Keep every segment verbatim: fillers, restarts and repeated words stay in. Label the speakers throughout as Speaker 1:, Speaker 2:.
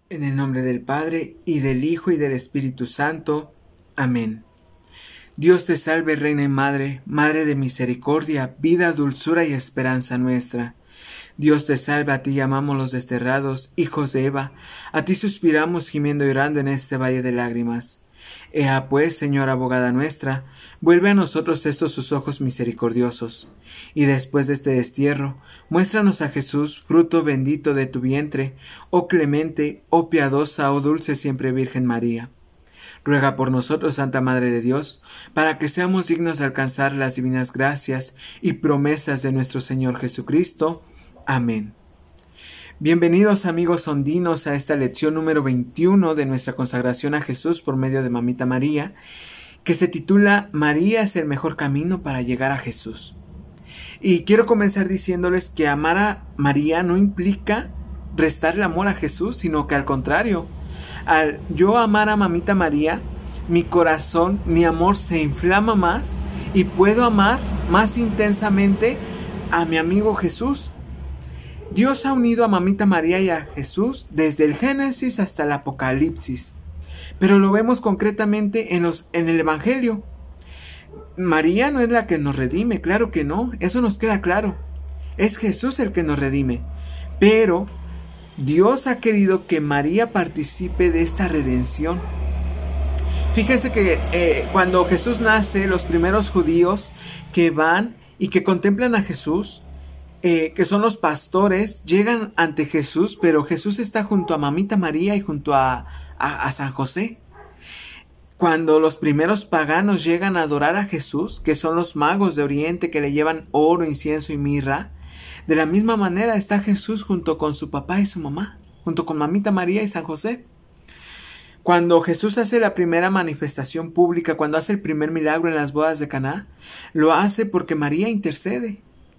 Speaker 1: En el nombre del Padre, y del Hijo, y del Espíritu Santo. Amén. Dios te salve, Reina y Madre, Madre de misericordia, vida, dulzura y esperanza nuestra. Dios te salve, a ti llamamos los desterrados, hijos de Eva, a ti suspiramos gimiendo y llorando en este valle de lágrimas. Ea pues, Señora abogada nuestra, vuelve a nosotros estos sus ojos misericordiosos, y después de este destierro, muéstranos a Jesús, fruto bendito de tu vientre, oh clemente, oh piadosa, oh dulce siempre Virgen María. Ruega por nosotros, Santa Madre de Dios, para que seamos dignos de alcanzar las divinas gracias y promesas de nuestro Señor Jesucristo. Amén. Bienvenidos amigos ondinos a esta lección número veintiuno de nuestra consagración a Jesús por medio de Mamita María, que se titula María es el mejor camino para llegar a Jesús. Y quiero comenzar diciéndoles que amar a María no implica restarle amor a Jesús, sino que al contrario, al yo amar a Mamita María, mi corazón, mi amor se inflama más y puedo amar más intensamente a mi amigo Jesús. Dios ha unido a Mamita María y a Jesús desde el Génesis hasta el Apocalipsis, pero lo vemos concretamente en, los, en el Evangelio. María no es la que nos redime, claro que no, eso nos queda claro. Es Jesús el que nos redime, pero Dios ha querido que María participe de esta redención. Fíjense que eh, cuando Jesús nace, los primeros judíos que van y que contemplan a Jesús, Eh, que son los pastores, llegan ante Jesús, pero Jesús está junto a Mamita María y junto a, a, a San José. Cuando los primeros paganos llegan a adorar a Jesús, que son los magos de Oriente que le llevan oro, incienso y mirra, de la misma manera está Jesús junto con su papá y su mamá, junto con Mamita María y San José. Cuando Jesús hace la primera manifestación pública, cuando hace el primer milagro en las bodas de Caná, lo hace porque María intercede.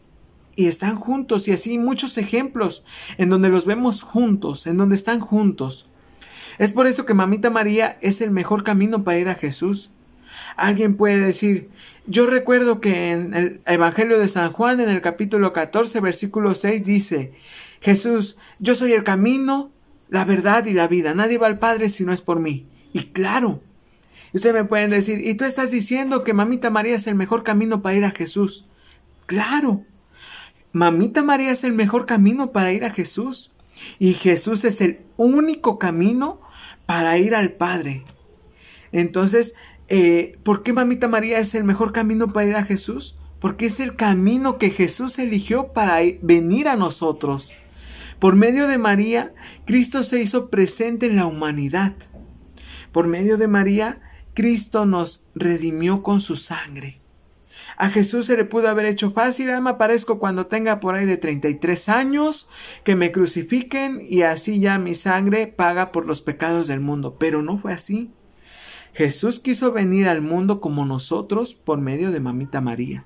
Speaker 1: Y están juntos, y así muchos ejemplos en donde los vemos juntos, en donde están juntos. Es por eso que Mamita María es el mejor camino para ir a Jesús. Alguien puede decir, yo recuerdo que en el Evangelio de San Juan, en el capítulo catorce, versículo seis, dice, Jesús, yo soy el camino, la verdad y la vida. Nadie va al Padre si no es por mí. Y claro, ustedes me pueden decir, ¿y tú estás diciendo que Mamita María es el mejor camino para ir a Jesús? Claro. Mamita María es el mejor camino para ir a Jesús. Y Jesús es el único camino para ir al Padre. Entonces, eh, ¿por qué Mamita María es el mejor camino para ir a Jesús? Porque es el camino que Jesús eligió para ir, venir a nosotros. Por medio de María, Cristo se hizo presente en la humanidad. Por medio de María, Cristo nos redimió con su sangre. A Jesús se le pudo haber hecho fácil, ah, me aparezco cuando tenga por ahí de treinta y tres años, que me crucifiquen y así ya mi sangre paga por los pecados del mundo. Pero no fue así. Jesús quiso venir al mundo como nosotros por medio de Mamita María.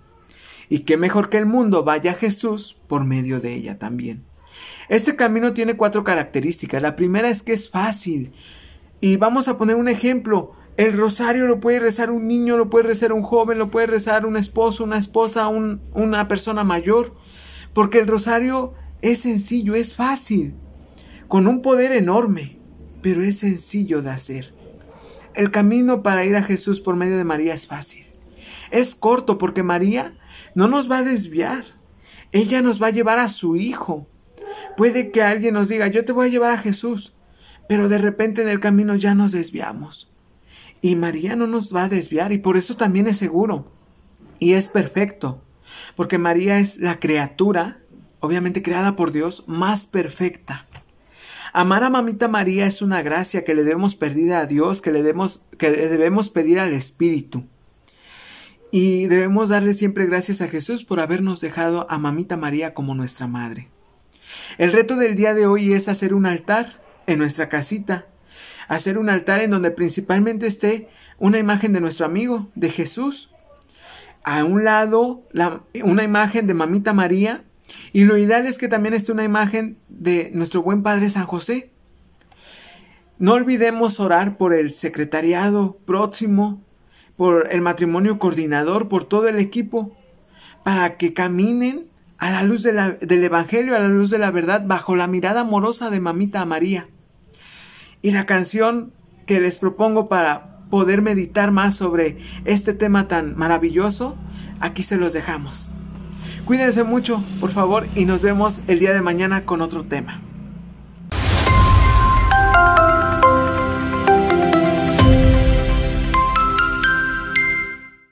Speaker 1: Y qué mejor que el mundo vaya a Jesús por medio de ella también. Este camino tiene cuatro características. La primera es que es fácil. Y vamos a poner un ejemplo. El rosario lo puede rezar un niño, lo puede rezar un joven, lo puede rezar un esposo, una esposa, un, una persona mayor. Porque el rosario es sencillo, es fácil, con un poder enorme, pero es sencillo de hacer. El camino para ir a Jesús por medio de María es fácil. Es corto porque María no nos va a desviar. Ella nos va a llevar a su Hijo. Puede que alguien nos diga, yo te voy a llevar a Jesús, pero de repente en el camino ya nos desviamos. Y María no nos va a desviar y por eso también es seguro y es perfecto, porque María es la criatura, obviamente creada por Dios, más perfecta. Amar a Mamita María es una gracia que le debemos pedir a Dios, que le debemos, que le debemos pedir al Espíritu. Y debemos darle siempre gracias a Jesús por habernos dejado a Mamita María como nuestra madre. El reto del día de hoy es hacer un altar en nuestra casita. Hacer un altar en donde principalmente esté una imagen de nuestro amigo, de Jesús. A un lado, la, una imagen de Mamita María. Y lo ideal es que también esté una imagen de nuestro buen Padre San José. No olvidemos orar por el secretariado próximo, por el matrimonio coordinador, por todo el equipo, para que caminen a la luz de la, del Evangelio, a la luz de la verdad, bajo la mirada amorosa de Mamita María. Y la canción que les propongo para poder meditar más sobre este tema tan maravilloso, aquí se los dejamos. Cuídense mucho, por favor, y nos vemos el día de mañana con otro tema.